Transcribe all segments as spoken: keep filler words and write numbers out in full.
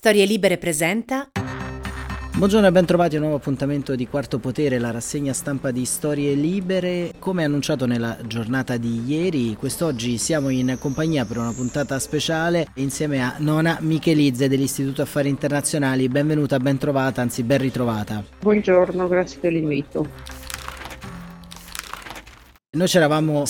Storie Libere presenta. Buongiorno e ben trovati a un nuovo appuntamento di Quarto Potere, la rassegna stampa di Storie Libere. Come annunciato nella giornata di ieri, quest'oggi siamo in compagnia per una puntata speciale insieme a Nona Michelizze dell'Istituto Affari Internazionali. Benvenuta, ben trovata, anzi ben ritrovata. Buongiorno, grazie dell'invito. Noi ci eravamo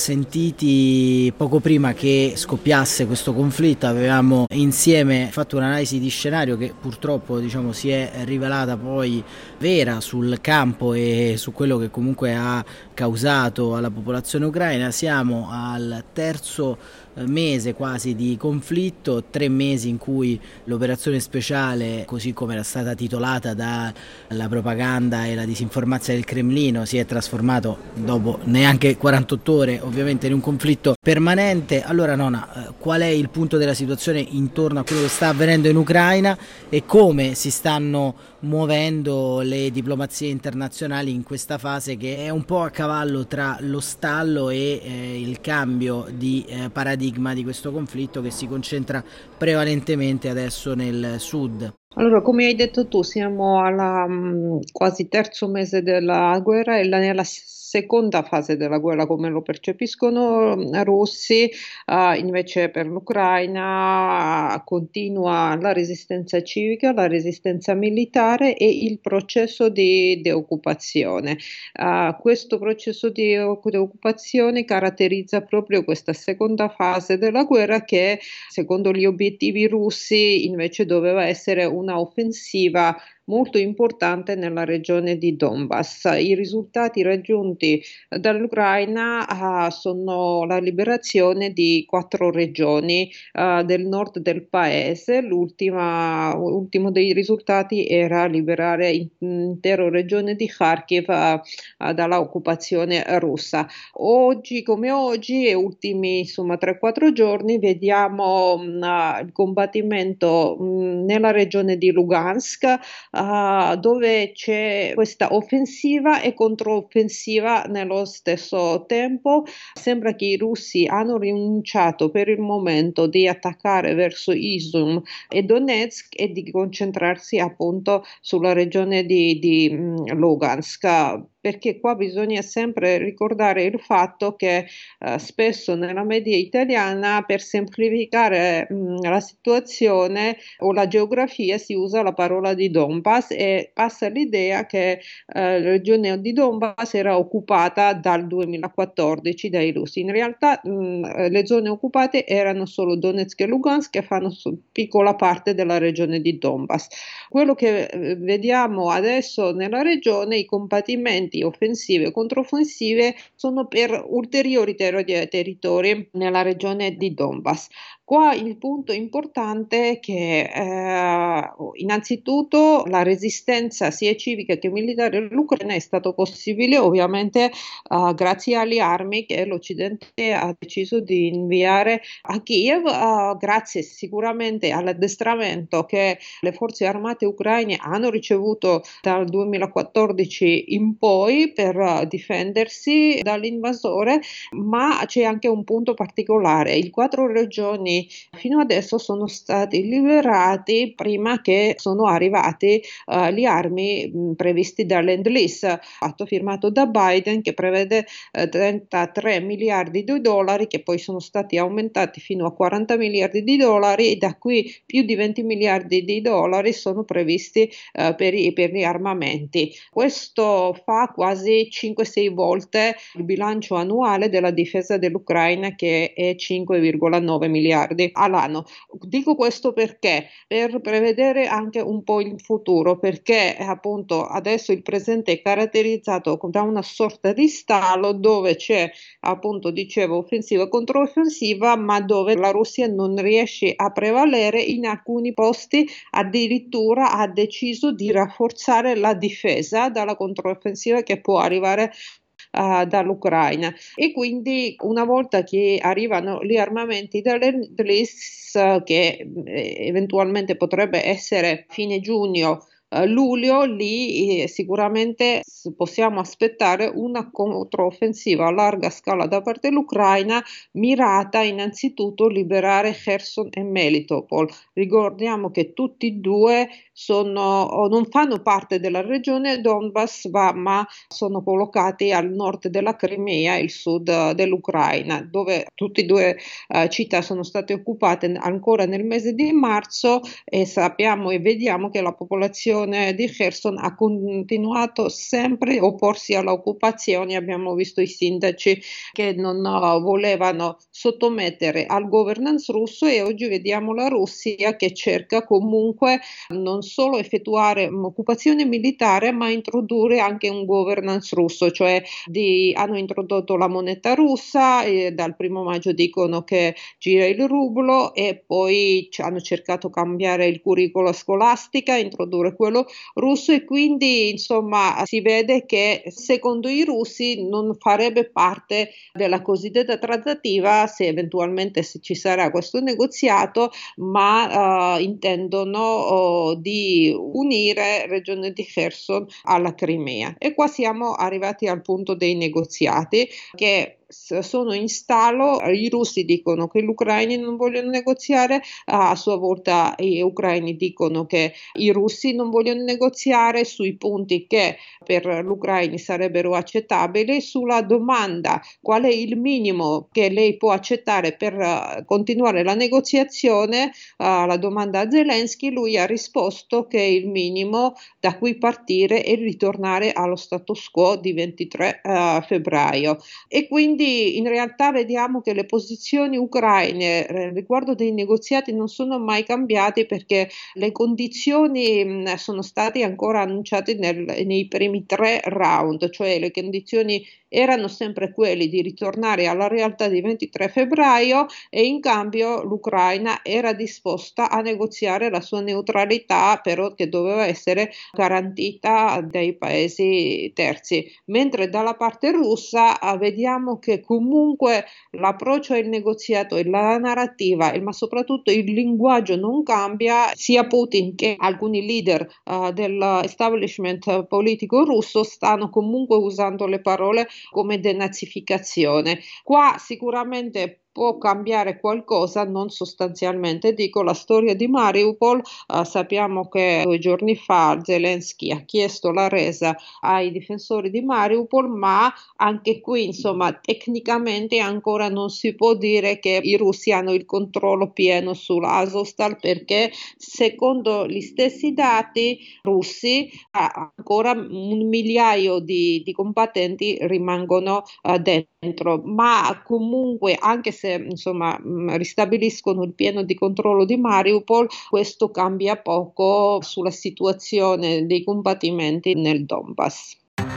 sentiti poco prima che scoppiasse questo conflitto, avevamo insieme fatto un'analisi di scenario che purtroppo diciamo si è rivelata poi vera sul campo e su quello che comunque ha causato alla popolazione ucraina. Siamo al terzo mese quasi di conflitto, tre mesi in cui l'operazione speciale, così come era stata titolata dalla propaganda e la disinformazione del Cremlino, si è trasformato dopo neanche quarantotto ore ovviamente in un conflitto permanente. Allora Nona, qual è il punto della situazione intorno a quello che sta avvenendo in Ucraina e come si stanno muovendo le diplomazie internazionali in questa fase che è un po' a cavallo tra lo stallo e eh, il cambio di eh, paradigma di questo conflitto che si concentra prevalentemente adesso nel sud? Allora, come hai detto tu, siamo alla mh, quasi terzo mese della guerra e la, nella seconda fase della guerra, come lo percepiscono i russi. Uh, invece per l'Ucraina uh, continua la resistenza civica, la resistenza militare e il processo di deoccupazione. Uh, questo processo di deoccupazione caratterizza proprio questa seconda fase della guerra che, secondo gli obiettivi russi, invece doveva essere una offensiva molto importante nella regione di Donbass. I risultati raggiunti dall'Ucraina uh, sono la liberazione di quattro regioni uh, del nord del paese. L'ultima, l'ultimo dei risultati era liberare l'intera regione di Kharkiv uh, uh, dalla occupazione russa. Oggi come oggi e ultimi insomma tre quattro giorni vediamo uh, il combattimento mh, nella regione di Lugansk, Uh, dove c'è questa offensiva e controffensiva nello stesso tempo. Sembra che i russi hanno rinunciato per il momento di attaccare verso Izum e Donetsk e di concentrarsi appunto sulla regione di, di mh, Lugansk. Perché qua bisogna sempre ricordare il fatto che eh, spesso nella media italiana per semplificare mh, la situazione o la geografia si usa la parola di Donbass e passa l'idea che eh, la regione di Donbass era occupata dal duemilaquattordici dai russi. In realtà mh, le zone occupate erano solo Donetsk e Lugansk che fanno piccola parte della regione di Donbass. Quello che eh, vediamo adesso nella regione, i combattimenti offensive e controffensive sono per ulteriori ter- territori nella regione di Donbass. Qua il punto importante è che eh, innanzitutto la resistenza sia civica che militare dell'Ucraina è stato possibile ovviamente eh, grazie alle armi che l'Occidente ha deciso di inviare a Kiev, eh, grazie sicuramente all'addestramento che le forze armate ucraine hanno ricevuto dal duemilaquattordici in poi per difendersi dall'invasore, ma c'è anche un punto particolare: i quattro regioni fino adesso sono stati liberati prima che sono arrivati uh, le armi mh, previste dall'End Lease, atto firmato da Biden, che prevede uh, trentatré miliardi di dollari che poi sono stati aumentati fino a quaranta miliardi di dollari e da qui più di venti miliardi di dollari sono previsti uh, per, i, per gli armamenti. Questo fa quasi cinque sei volte il bilancio annuale della difesa dell'Ucraina, che è cinque virgola nove miliardi all'anno. Dico questo perché per prevedere anche un po' il futuro, perché appunto adesso il presente è caratterizzato da una sorta di stallo dove c'è, appunto dicevo, offensiva e controffensiva, ma dove la Russia non riesce a prevalere. In alcuni posti addirittura ha deciso di rafforzare la difesa dalla controffensiva che può arrivare Uh, dall'Ucraina, e quindi una volta che arrivano gli armamenti dall'Est, che eh, eventualmente potrebbe essere fine giugno eh, luglio, lì eh, sicuramente possiamo aspettare una controffensiva a larga scala da parte dell'Ucraina, mirata innanzitutto a liberare Kherson e Melitopol. Ricordiamo che tutti e due sono, non fanno parte della regione Donbass, ma sono collocati al nord della Crimea, il sud dell'Ucraina, dove tutte e due uh, città sono state occupate ancora nel mese di marzo, e sappiamo e vediamo che la popolazione di Kherson ha continuato sempre a opporsi all'occupazione. Abbiamo visto i sindaci che non uh, volevano sottomettere al governance russo, e oggi vediamo la Russia che cerca comunque non solo effettuare un'occupazione militare, ma introdurre anche un governance russo, cioè di, hanno introdotto la moneta russa, e dal primo maggio dicono che gira il rublo, e poi hanno cercato di cambiare il curriculum scolastica, introdurre quello russo, e quindi insomma si vede che secondo i russi non farebbe parte della cosiddetta trattativa se eventualmente se ci sarà questo negoziato, ma uh, intendono uh, di unire regione di Kherson alla Crimea. E qua siamo arrivati al punto dei negoziati che sono in stallo. I russi dicono che gli ucraini non vogliono negoziare, a sua volta gli ucraini dicono che i russi non vogliono negoziare sui punti che per gli ucraini sarebbero accettabili. Sulla domanda qual è il minimo che lei può accettare per uh, continuare la negoziazione, uh, la domanda a Zelensky, lui ha risposto che il minimo da cui partire è ritornare allo status quo di ventitré uh, febbraio, e quindi in realtà vediamo che le posizioni ucraine eh, riguardo dei negoziati non sono mai cambiate, perché le condizioni mh, sono state ancora annunciate nel, nei primi tre round, cioè le condizioni erano sempre quelle di ritornare alla realtà di ventitré febbraio, e in cambio l'Ucraina era disposta a negoziare la sua neutralità, però che doveva essere garantita dai paesi terzi, mentre dalla parte russa eh, vediamo che comunque l'approccio al negoziato e la narrativa, ma soprattutto il linguaggio non cambia. Sia Putin che alcuni leader uh, dell'establishment politico russo stanno comunque usando le parole come denazificazione. Qua sicuramente può cambiare qualcosa, non sostanzialmente. Dico, la storia di Mariupol, uh, sappiamo che due giorni fa Zelensky ha chiesto la resa ai difensori di Mariupol, ma anche qui insomma tecnicamente ancora non si può dire che i russi hanno il controllo pieno sull'Azovstal, perché secondo gli stessi dati russi uh, ancora un migliaio di, di combattenti rimangono uh, dentro, ma comunque anche se se insomma mh, ristabiliscono il pieno di controllo di Mariupol, questo cambia poco sulla situazione dei combattimenti nel Donbass.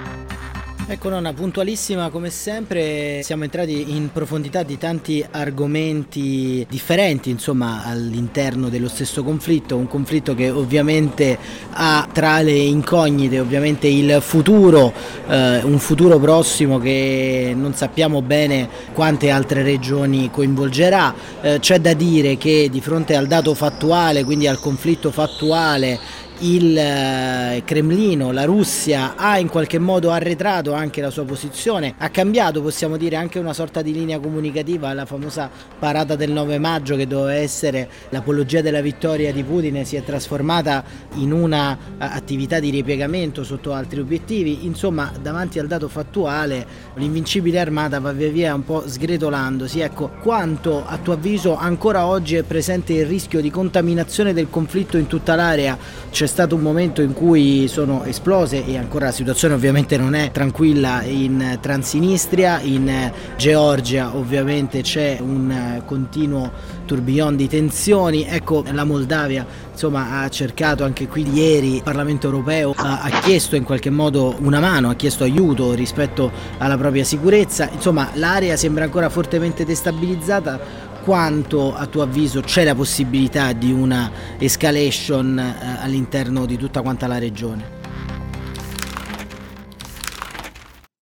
Ecco nonna, puntualissima come sempre, siamo entrati in profondità di tanti argomenti differenti insomma all'interno dello stesso conflitto, un conflitto che ovviamente ha tra le incognite ovviamente il futuro, eh, un futuro prossimo che non sappiamo bene quante altre regioni coinvolgerà. Eh, c'è da dire che di fronte al dato fattuale, quindi al conflitto fattuale, il Cremlino, la Russia ha in qualche modo arretrato anche la sua posizione, ha cambiato, possiamo dire, anche una sorta di linea comunicativa. La famosa parata del nove maggio, che doveva essere l'apologia della vittoria di Putin, si è trasformata in una attività di ripiegamento sotto altri obiettivi. Insomma, davanti al dato fattuale, l'invincibile armata va via via un po' sgretolandosi. Ecco, quanto a tuo avviso ancora oggi è presente il rischio di contaminazione del conflitto in tutta l'area? C'è stato un momento in cui sono esplose, e ancora la situazione ovviamente non è tranquilla, in Transnistria, in Georgia ovviamente c'è un continuo tourbillon di tensioni. Ecco, la Moldavia insomma ha cercato anche qui ieri, il Parlamento europeo ha, ha chiesto in qualche modo una mano, ha chiesto aiuto rispetto alla propria sicurezza. Insomma, l'area sembra ancora fortemente destabilizzata. Quanto a tuo avviso c'è la possibilità di una escalation eh, all'interno di tutta quanta la regione?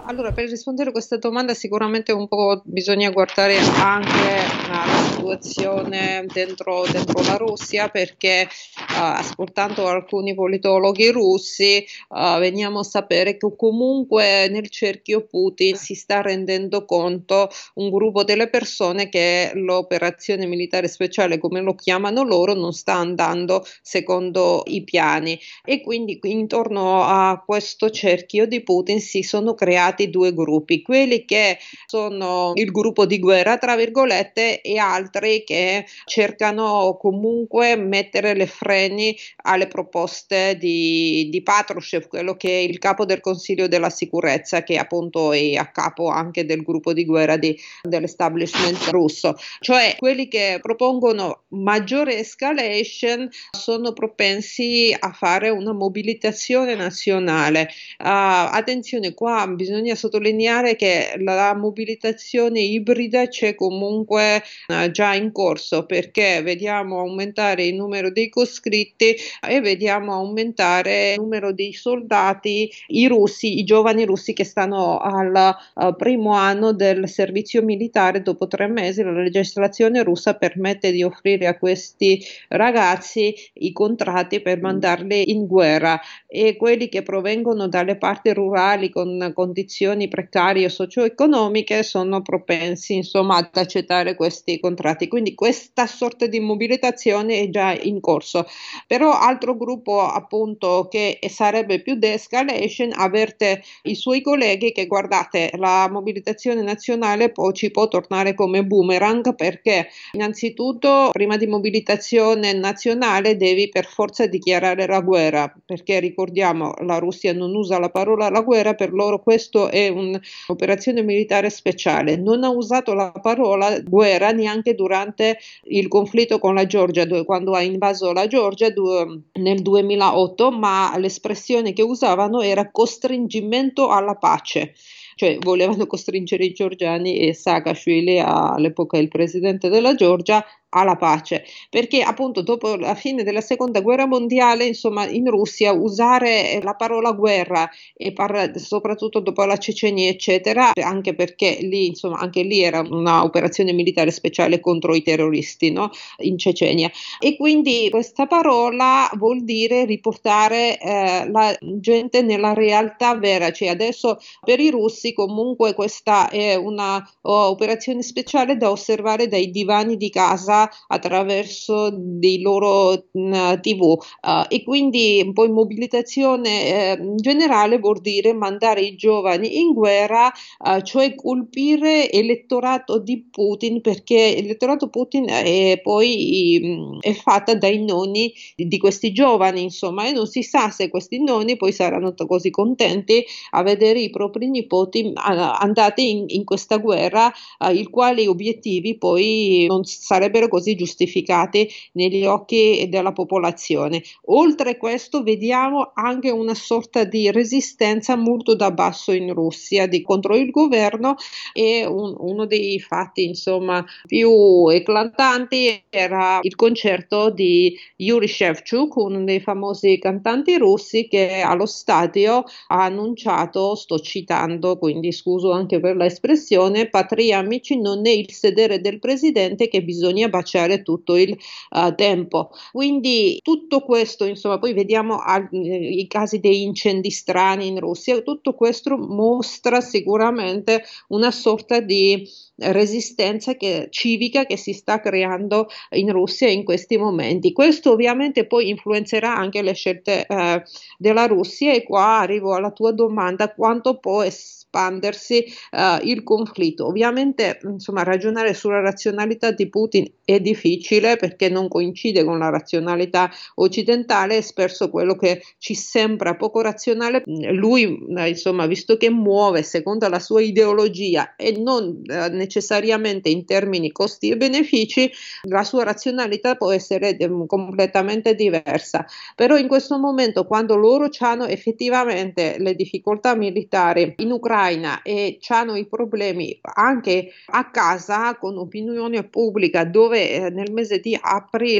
Allora, per rispondere a questa domanda sicuramente un po' bisogna guardare anche la situazione dentro, dentro la Russia, perché uh, ascoltando alcuni politologhi russi uh, veniamo a sapere che comunque nel cerchio Putin si sta rendendo conto un gruppo delle persone che l'operazione militare speciale, come lo chiamano loro, non sta andando secondo i piani, e quindi intorno a questo cerchio di Putin si sono creati due gruppi, quelli che sono il gruppo di guerra tra virgolette e altri che cercano comunque mettere le freni alle proposte di, di Patrushev, quello che è il capo del Consiglio della Sicurezza, che appunto è a capo anche del gruppo di guerra di, dell'establishment russo, cioè quelli che propongono maggiore escalation sono propensi a fare una mobilitazione nazionale. Uh, attenzione, qua bisogna sottolineare che la mobilitazione ibrida c'è comunque uh, già in corso, perché vediamo aumentare il numero dei coscritti e vediamo aumentare il numero dei soldati, i russi, i giovani russi che stanno al uh, primo anno del servizio militare. Dopo tre mesi la legislazione russa permette di offrire a questi ragazzi i contratti per mandarli in guerra, e quelli che provengono dalle parti rurali con condizioni precarie socio-economiche sono propensi insomma ad accettare questi contratti, quindi questa sorta di mobilitazione è già in corso. Però altro gruppo appunto che sarebbe più de-escalation avverte i suoi colleghi che guardate, la mobilitazione nazionale poi ci può tornare come boomerang, perché innanzitutto prima di mobilitazione nazionale devi per forza dichiarare la guerra, perché ricordiamo la Russia non usa la parola la guerra, per loro questo è un'operazione militare speciale. Non ha usato la parola guerra neanche durante il conflitto con la Georgia, dove, quando ha invaso la Georgia due, nel duemilaotto, ma l'espressione che usavano era costringimento alla pace. Cioè volevano costringere i georgiani e Saakashvili, all'epoca il presidente della Georgia, alla pace, perché appunto dopo la fine della seconda guerra mondiale, insomma, in Russia usare la parola guerra e par- soprattutto dopo la Cecenia eccetera, anche perché lì insomma anche lì era una operazione militare speciale contro i terroristi, no? In Cecenia, e quindi questa parola vuol dire riportare eh, la gente nella realtà vera, cioè adesso per i russi comunque questa è una oh, operazione speciale da osservare dai divani di casa attraverso dei loro mh, tivù, uh, e quindi poi mobilitazione eh, generale vuol dire mandare i giovani in guerra, uh, cioè colpire l'elettorato di Putin, perché l'elettorato Putin è poi mh, è fatta dai nonni di questi giovani, insomma, e non si sa se questi nonni poi saranno così contenti a vedere i propri nipoti uh, andati in, in questa guerra, uh, i quali obiettivi poi non sarebbero così giustificati negli occhi della popolazione. Oltre a questo vediamo anche una sorta di resistenza molto da basso in Russia di, contro il governo, e un, uno dei fatti insomma più eclatanti era il concerto di Yuri Shevchuk, uno dei famosi cantanti russi, che allo stadio ha annunciato, sto citando quindi scuso anche per l'espressione: patria amici, non è il sedere del presidente che bisogna baciare tutto il uh, tempo. Quindi tutto questo, insomma, poi vediamo al, eh, i casi dei incendi strani in Russia, tutto questo mostra sicuramente una sorta di resistenza che, civica che si sta creando in Russia in questi momenti. Questo ovviamente poi influenzerà anche le scelte eh, della Russia, e qua arrivo alla tua domanda: quanto può espandersi uh, il conflitto. Ovviamente, insomma, ragionare sulla razionalità di Putin è difficile, perché non coincide con la razionalità occidentale, è spesso quello che ci sembra poco razionale. Lui, eh, insomma, visto che muove secondo la sua ideologia e non eh, necessariamente in termini costi e benefici, la sua razionalità può essere eh, completamente diversa. Però in questo momento, quando loro hanno effettivamente le difficoltà militari in Ucraina e hanno i problemi anche a casa con opinione pubblica, dove eh, nel mese di aprile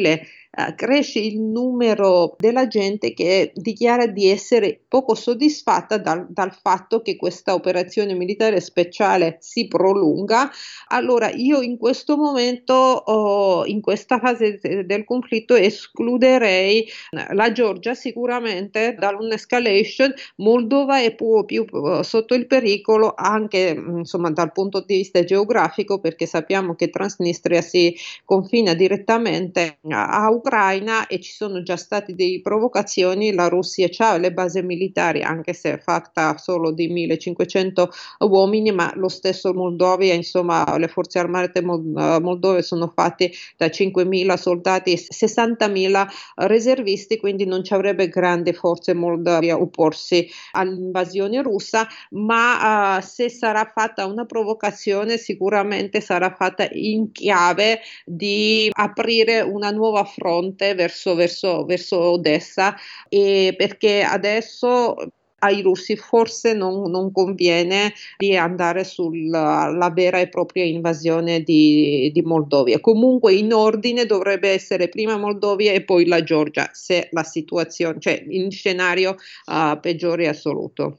uh, cresce il numero della gente che dichiara di essere poco soddisfatta dal, dal fatto che questa operazione militare speciale si prolunga. Allora io in questo momento, oh, in questa fase de- del conflitto, escluderei la Georgia sicuramente dall'un'escalation. Moldova è pu- più uh, sotto il pericolo anche mh, insomma dal punto di vista geografico, perché sappiamo che Transnistria si confina direttamente a, a Ucraina e ci sono già state delle provocazioni. La Russia ha le basi militari, anche se è fatta solo di millecinquecento uomini, ma lo stesso Moldovia, insomma le forze armate moldove sono fatte da cinquemila soldati e sessantamila reservisti, quindi non ci avrebbe grande forza Moldavia opporsi all'invasione russa, ma uh, se sarà fatta una provocazione sicuramente sarà fatta in chiave di aprire una nuova fronte verso, verso, verso Odessa, e perché adesso ai russi forse non, non conviene di andare sulla vera e propria invasione di, di Moldovia. Comunque in ordine dovrebbe essere prima Moldovia e poi la Georgia, se la situazione, cioè in scenario uh, peggiore assoluto.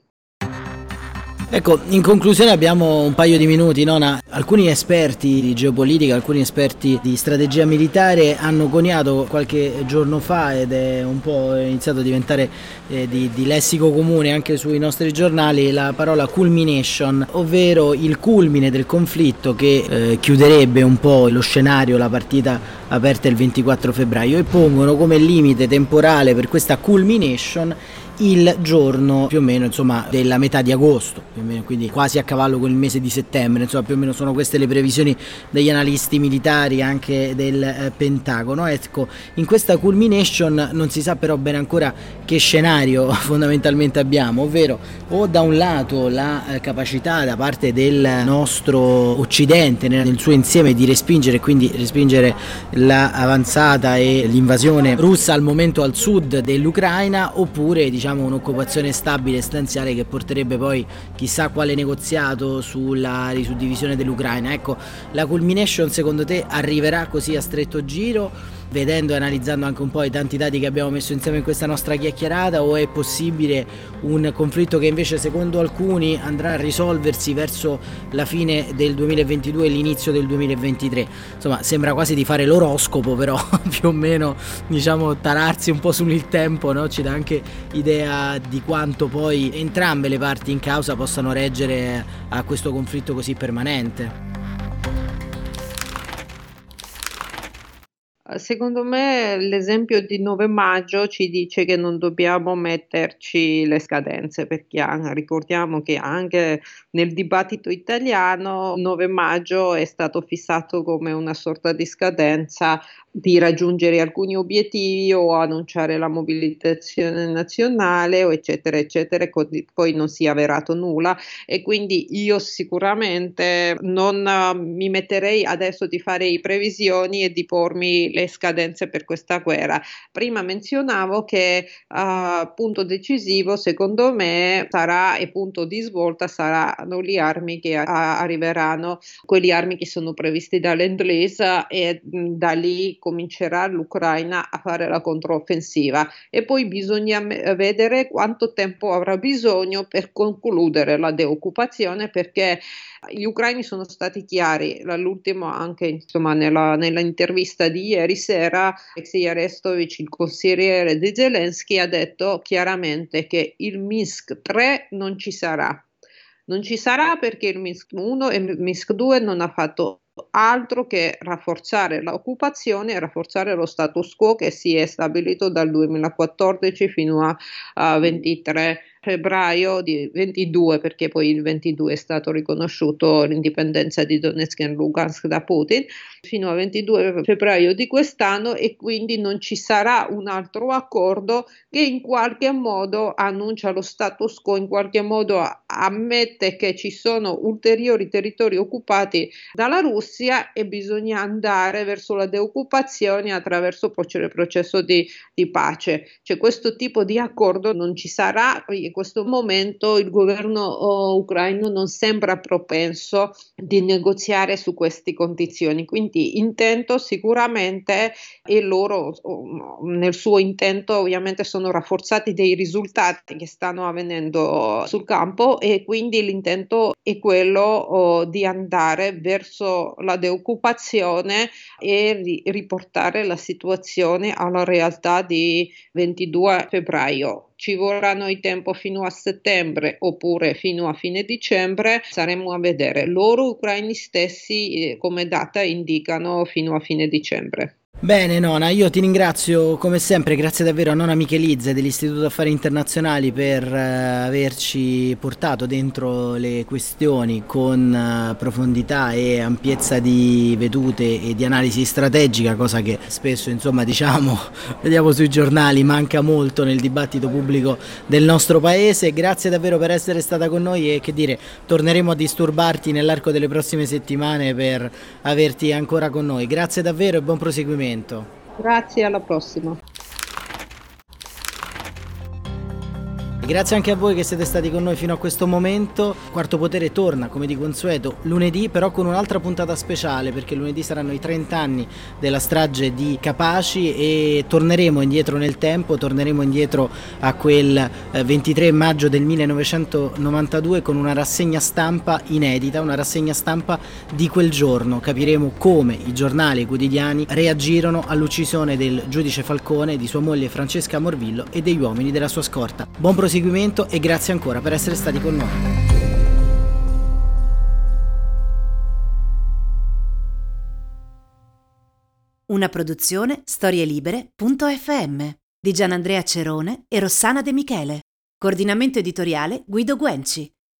Ecco, in conclusione abbiamo un paio di minuti, Nona. Alcuni esperti di geopolitica, alcuni esperti di strategia militare hanno coniato qualche giorno fa, ed è un po' iniziato a diventare eh, di, di lessico comune anche sui nostri giornali, la parola culmination, ovvero il culmine del conflitto che eh, chiuderebbe un po' lo scenario, la partita aperta il ventiquattro febbraio, e pongono come limite temporale per questa culmination il giorno più o meno, insomma, della metà di agosto, più o meno, quindi quasi a cavallo con il mese di settembre. Insomma, più o meno sono queste le previsioni degli analisti militari, anche del eh, Pentagono. Ecco, in questa culmination non si sa però bene ancora che scenario fondamentalmente abbiamo, ovvero o da un lato la eh, capacità da parte del nostro Occidente nel, nel suo insieme di respingere, quindi respingere l'avanzata e l'invasione russa al momento al sud dell'Ucraina, oppure diciamo un'occupazione stabile e stanziale che porterebbe poi chissà quale negoziato sulla risuddivisione dell'Ucraina. Ecco, la culmination secondo te arriverà così a stretto giro, vedendo e analizzando anche un po' i tanti dati che abbiamo messo insieme in questa nostra chiacchierata, o è possibile un conflitto che invece secondo alcuni andrà a risolversi verso la fine del duemilaventidue e l'inizio del duemilaventitré? Insomma, sembra quasi di fare l'oroscopo, però più o meno, diciamo, tararsi un po' sul tempo, no? Ci dà anche idea di quanto poi entrambe le parti in causa possano reggere a questo conflitto così permanente. Secondo me l'esempio di nove maggio ci dice che non dobbiamo metterci le scadenze, perché ricordiamo che anche nel dibattito italiano nove maggio è stato fissato come una sorta di scadenza di raggiungere alcuni obiettivi o annunciare la mobilitazione nazionale o eccetera eccetera, poi non si è avverato nulla, e quindi io sicuramente non uh, mi metterei adesso di fare i previsioni e di pormi le scadenze per questa guerra. Prima menzionavo che uh, punto decisivo secondo me sarà, e punto di svolta saranno le armi che a- arriveranno, quelle armi che sono previste dall'End-Lease, e mh, da lì comincerà l'Ucraina a fare la controffensiva, e poi bisogna me- vedere quanto tempo avrà bisogno per concludere la deoccupazione, perché gli ucraini sono stati chiari. L'ultimo anche insomma nella, nella intervista di ieri sera, Alexei Arestovich, il consigliere di Zelensky, ha detto chiaramente che il Minsk tre non ci sarà. Non ci sarà perché il Minsk uno e il Minsk due non ha fatto altro che rafforzare l'occupazione e rafforzare lo status quo che si è stabilito dal duemilaquattordici fino a, a ventitré febbraio di ventidue, perché poi il ventidue è stato riconosciuto l'indipendenza di Donetsk e Lugansk da Putin, fino al ventidue febbraio di quest'anno, e quindi non ci sarà un altro accordo che in qualche modo annuncia lo status quo, in qualche modo ammette che ci sono ulteriori territori occupati dalla Russia e bisogna andare verso la deoccupazione attraverso il processo di, di pace. Cioè questo tipo di accordo non ci sarà, in questo momento il governo oh, ucraino non sembra propenso di negoziare su queste condizioni, quindi intento sicuramente e loro oh, nel suo intento ovviamente sono rafforzati dei risultati che stanno avvenendo sul campo e quindi l'intento è quello oh, di andare verso la deoccupazione e ri- riportare la situazione alla realtà di ventidue febbraio. Ci vorranno il tempo fino a settembre oppure fino a fine dicembre, saremo a vedere. Loro ucraini stessi eh, come data indicano fino a fine dicembre. Bene Nona, io ti ringrazio come sempre, grazie davvero a Nona Michelizze dell'Istituto Affari Internazionali per eh, averci portato dentro le questioni con eh, profondità e ampiezza di vedute e di analisi strategica, cosa che spesso insomma diciamo, vediamo sui giornali, manca molto nel dibattito pubblico del nostro paese. Grazie davvero per essere stata con noi e che dire, torneremo a disturbarti nell'arco delle prossime settimane per averti ancora con noi. Grazie davvero e buon proseguimento. Grazie, alla prossima. Grazie anche a voi che siete stati con noi fino a questo momento. Quarto Potere torna come di consueto lunedì, però con un'altra puntata speciale, perché lunedì saranno i trenta anni della strage di Capaci e torneremo indietro nel tempo, torneremo indietro a quel ventitré maggio del millenovecentonovantadue con una rassegna stampa inedita, una rassegna stampa di quel giorno. Capiremo come i giornali e i quotidiani reagirono all'uccisione del giudice Falcone, di sua moglie Francesca Morvillo e degli uomini della sua scorta. Buon proseguimento e grazie ancora per essere stati con noi. Una produzione storielibere punto effe emme di Gianandrea Cerone e Rossana De Michele. Coordinamento editoriale Guido Guenci.